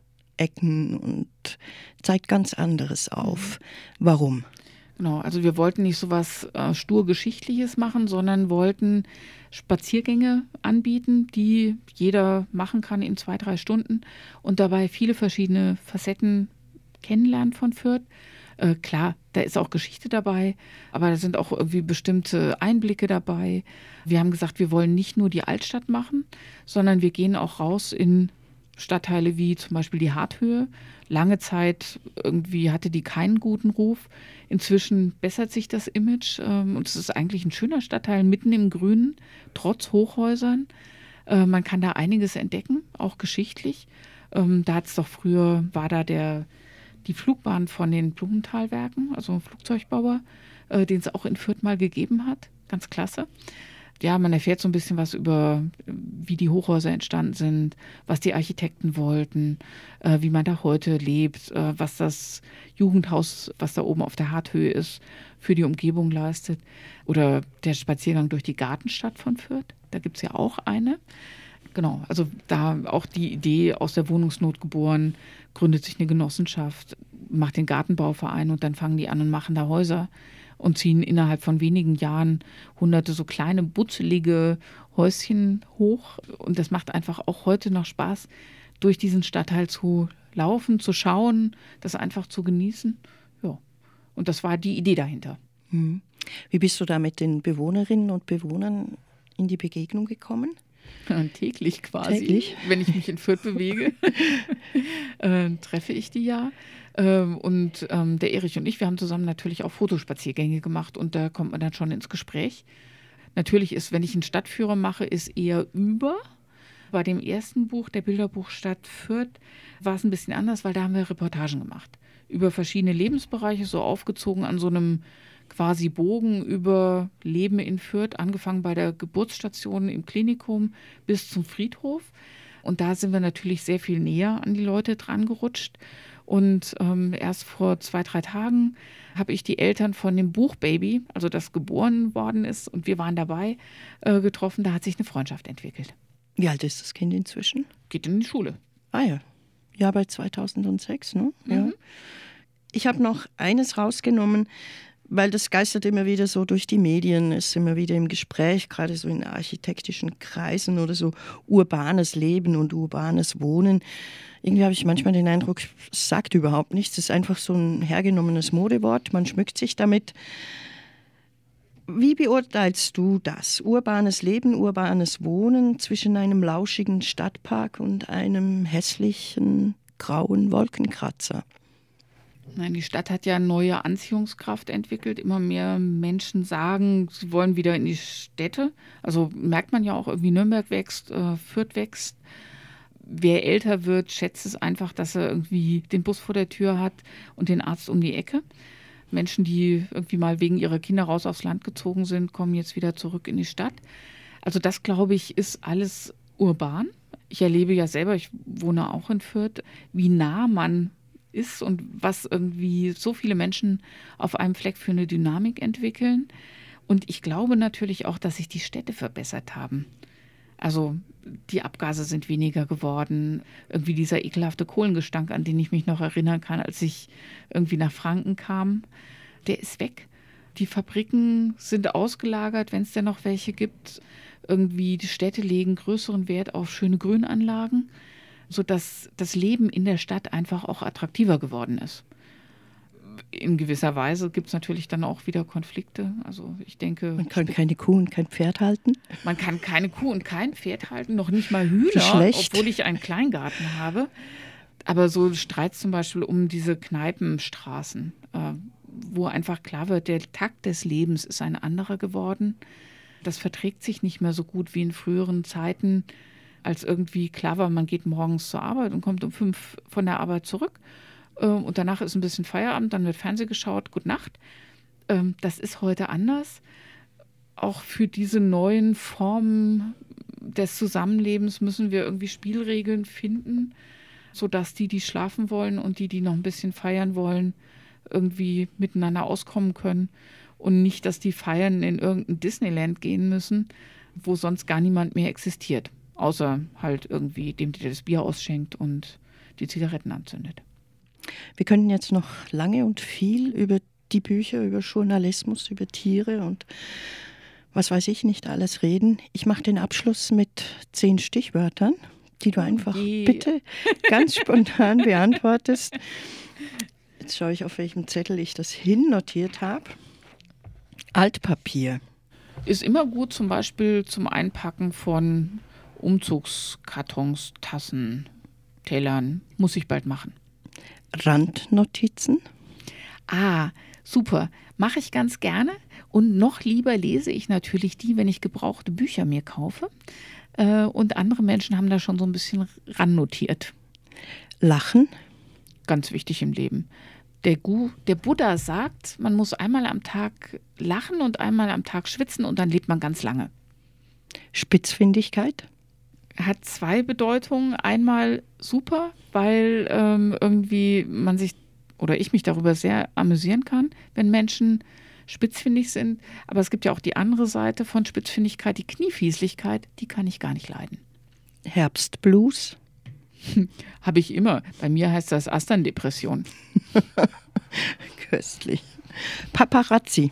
und zeigt ganz anderes auf. Warum? Genau, also wir wollten nicht so was äh, stur Geschichtliches machen, sondern wollten Spaziergänge anbieten, die jeder machen kann in zwei, drei Stunden und dabei viele verschiedene Facetten kennenlernen von Fürth. Äh, klar, da ist auch Geschichte dabei, aber da sind auch irgendwie bestimmte Einblicke dabei. Wir haben gesagt, wir wollen nicht nur die Altstadt machen, sondern wir gehen auch raus in Stadtteile wie zum Beispiel die Harthöhe. Lange Zeit irgendwie hatte die keinen guten Ruf. Inzwischen bessert sich das Image ähm, und es ist eigentlich ein schöner Stadtteil mitten im Grünen, trotz Hochhäusern. Äh, man kann da einiges entdecken, auch geschichtlich. Ähm, da hat es doch früher, war da der, die Flugbahn von den Blumenthalwerken, also ein Flugzeugbauer, äh, den es auch in Fürth mal gegeben hat. Ganz klasse. Ja, man erfährt so ein bisschen was über, wie die Hochhäuser entstanden sind, was die Architekten wollten, äh, wie man da heute lebt, äh, was das Jugendhaus, was da oben auf der Harthöhe ist, für die Umgebung leistet. Oder der Spaziergang durch die Gartenstadt von Fürth, da gibt es ja auch eine. Genau, also da auch die Idee aus der Wohnungsnot geboren, gründet sich eine Genossenschaft, macht den Gartenbauverein und dann fangen die an und machen da Häuser. Und ziehen innerhalb von wenigen Jahren hunderte so kleine, butzelige Häuschen hoch. Und das macht einfach auch heute noch Spaß, durch diesen Stadtteil zu laufen, zu schauen, das einfach zu genießen. Ja, und das war die Idee dahinter. Mhm. Wie bist du da mit den Bewohnerinnen und Bewohnern in die Begegnung gekommen? Täglich quasi, Täglich? Wenn ich mich in Fürth bewege, äh, treffe ich die ja. Ähm, und ähm, der Erich und ich, wir haben zusammen natürlich auch Fotospaziergänge gemacht und da kommt man dann schon ins Gespräch. Natürlich ist, wenn ich einen Stadtführer mache, ist eher über. Bei dem ersten Buch, der Bilderbuchstadt Fürth, war es ein bisschen anders, weil da haben wir Reportagen gemacht. Über verschiedene Lebensbereiche, so aufgezogen an so einem quasi Bogen über Leben in Fürth, angefangen bei der Geburtsstation im Klinikum bis zum Friedhof. Und da sind wir natürlich sehr viel näher an die Leute dran gerutscht. Und ähm, erst vor zwei, drei Tagen habe ich die Eltern von dem Buchbaby, also das geboren worden ist, und wir waren dabei, äh, getroffen. Da hat sich eine Freundschaft entwickelt. Wie alt ist das Kind inzwischen? Geht in die Schule. Ah ja, ja, bei zweitausendsechs, ne? Mhm. Ja. Ich habe noch eines rausgenommen, weil das geistert immer wieder so durch die Medien, ist immer wieder im Gespräch, gerade so in architektischen Kreisen oder so urbanes Leben und urbanes Wohnen. Irgendwie habe ich manchmal den Eindruck, es sagt überhaupt nichts, es ist einfach so ein hergenommenes Modewort, man schmückt sich damit. Wie beurteilst du das? Urbanes Leben, urbanes Wohnen zwischen einem lauschigen Stadtpark und einem hässlichen, grauen Wolkenkratzer? Nein, die Stadt hat ja neue Anziehungskraft entwickelt. Immer mehr Menschen sagen, sie wollen wieder in die Städte. Also merkt man ja auch, irgendwie Nürnberg wächst, äh, Fürth wächst. Wer älter wird, schätzt es einfach, dass er irgendwie den Bus vor der Tür hat und den Arzt um die Ecke. Menschen, die irgendwie mal wegen ihrer Kinder raus aufs Land gezogen sind, kommen jetzt wieder zurück in die Stadt. Also das, glaube ich, ist alles urban. Ich erlebe ja selber, ich wohne auch in Fürth, wie nah man ist und was irgendwie so viele Menschen auf einem Fleck für eine Dynamik entwickeln. Und ich glaube natürlich auch, dass sich die Städte verbessert haben. Also die Abgase sind weniger geworden. Irgendwie dieser ekelhafte Kohlengestank, an den ich mich noch erinnern kann, als ich irgendwie nach Franken kam, der ist weg. Die Fabriken sind ausgelagert, wenn es denn noch welche gibt. Irgendwie die Städte legen größeren Wert auf schöne Grünanlagen, sodass das Leben in der Stadt einfach auch attraktiver geworden ist. In gewisser Weise gibt es natürlich dann auch wieder Konflikte. Also ich denke, man kann keine Kuh und kein Pferd halten. Man kann keine Kuh und kein Pferd halten, noch nicht mal Hühner, obwohl ich einen Kleingarten habe. Aber so Streit zum Beispiel um diese Kneipenstraßen, äh, wo einfach klar wird, der Takt des Lebens ist ein anderer geworden. Das verträgt sich nicht mehr so gut wie in früheren Zeiten, als irgendwie klar war, man geht morgens zur Arbeit und kommt um fünf von der Arbeit zurück. Und danach ist ein bisschen Feierabend, dann wird Fernsehen geschaut, gute Nacht. Das ist heute anders. Auch für diese neuen Formen des Zusammenlebens müssen wir irgendwie Spielregeln finden, sodass die, die schlafen wollen und die, die noch ein bisschen feiern wollen, irgendwie miteinander auskommen können. Und nicht, dass die feiern in irgendein Disneyland gehen müssen, wo sonst gar niemand mehr existiert. Außer halt irgendwie dem, der das Bier ausschenkt und die Zigaretten anzündet. Wir können jetzt noch lange und viel über die Bücher, über Journalismus, über Tiere und was weiß ich nicht alles reden. Ich mache den Abschluss mit zehn Stichwörtern, die du einfach Je. bitte ganz spontan beantwortest. Jetzt schaue ich, auf welchem Zettel ich das hinnotiert habe. Altpapier. Ist immer gut zum Beispiel zum Einpacken von Umzugskartons, Tassen, Tellern. Muss ich bald machen. Randnotizen. Ah, super. Mache ich ganz gerne. Und noch lieber lese ich natürlich die, wenn ich gebrauchte Bücher mir kaufe. Äh, und andere Menschen haben da schon so ein bisschen rannotiert. Lachen. Ganz wichtig im Leben. Der, Gu, der Buddha sagt, man muss einmal am Tag lachen und einmal am Tag schwitzen und dann lebt man ganz lange. Spitzfindigkeit. Hat zwei Bedeutungen. Einmal super, weil ähm, irgendwie man sich oder ich mich darüber sehr amüsieren kann, wenn Menschen spitzfindig sind. Aber es gibt ja auch die andere Seite von Spitzfindigkeit, die Kniefieslichkeit, die kann ich gar nicht leiden. Herbstblues. Habe ich immer. Bei mir heißt das Asterndepression. Köstlich. Paparazzi.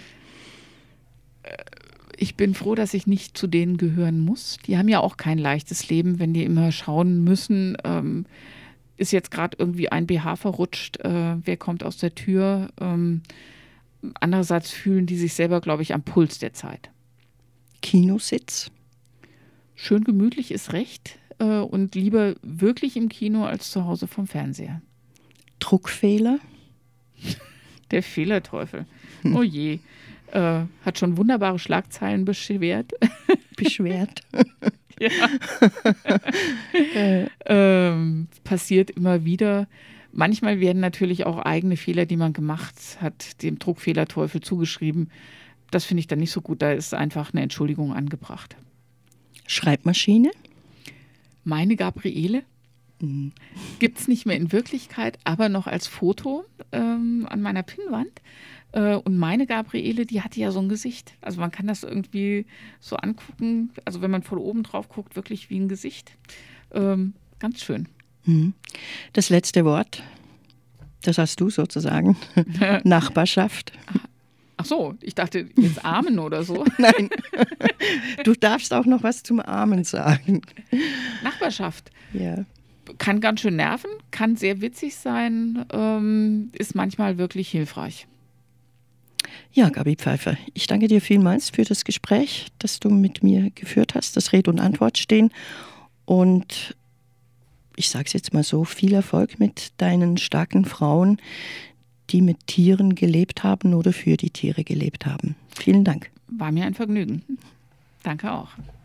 Ich bin froh, dass ich nicht zu denen gehören muss. Die haben ja auch kein leichtes Leben, wenn die immer schauen müssen, ähm, ist jetzt gerade irgendwie ein B H verrutscht, äh, wer kommt aus der Tür. Ähm, andererseits fühlen die sich selber, glaube ich, am Puls der Zeit. Kinositz. Schön gemütlich ist recht äh, und lieber wirklich im Kino als zu Hause vom Fernseher. Druckfehler. Der Fehlerteufel. Oh je. Äh, hat schon wunderbare Schlagzeilen beschwert. Beschwert. Ja. ähm, passiert immer wieder. Manchmal werden natürlich auch eigene Fehler, die man gemacht hat, dem Druckfehlerteufel zugeschrieben. Das finde ich dann nicht so gut. Da ist einfach eine Entschuldigung angebracht. Schreibmaschine. Meine Gabriele. Mhm. Gibt es nicht mehr in Wirklichkeit, aber noch als Foto ähm, an meiner Pinnwand. Äh, und meine Gabriele, die hatte ja so ein Gesicht. Also man kann das irgendwie so angucken. Also wenn man von oben drauf guckt, wirklich wie ein Gesicht. Ähm, ganz schön. Mhm. Das letzte Wort, das hast du sozusagen. Nachbarschaft. Ach so, ich dachte jetzt Amen oder so. Nein, du darfst auch noch was zum Amen sagen. Nachbarschaft. Ja. Kann ganz schön nerven, kann sehr witzig sein, ähm, ist manchmal wirklich hilfreich. Ja, Gabi Pfeiffer, ich danke dir vielmals für das Gespräch, das du mit mir geführt hast, das Rede und Antwort stehen. Und ich sage es jetzt mal so, viel Erfolg mit deinen starken Frauen, die mit Tieren gelebt haben oder für die Tiere gelebt haben. Vielen Dank. War mir ein Vergnügen. Danke auch.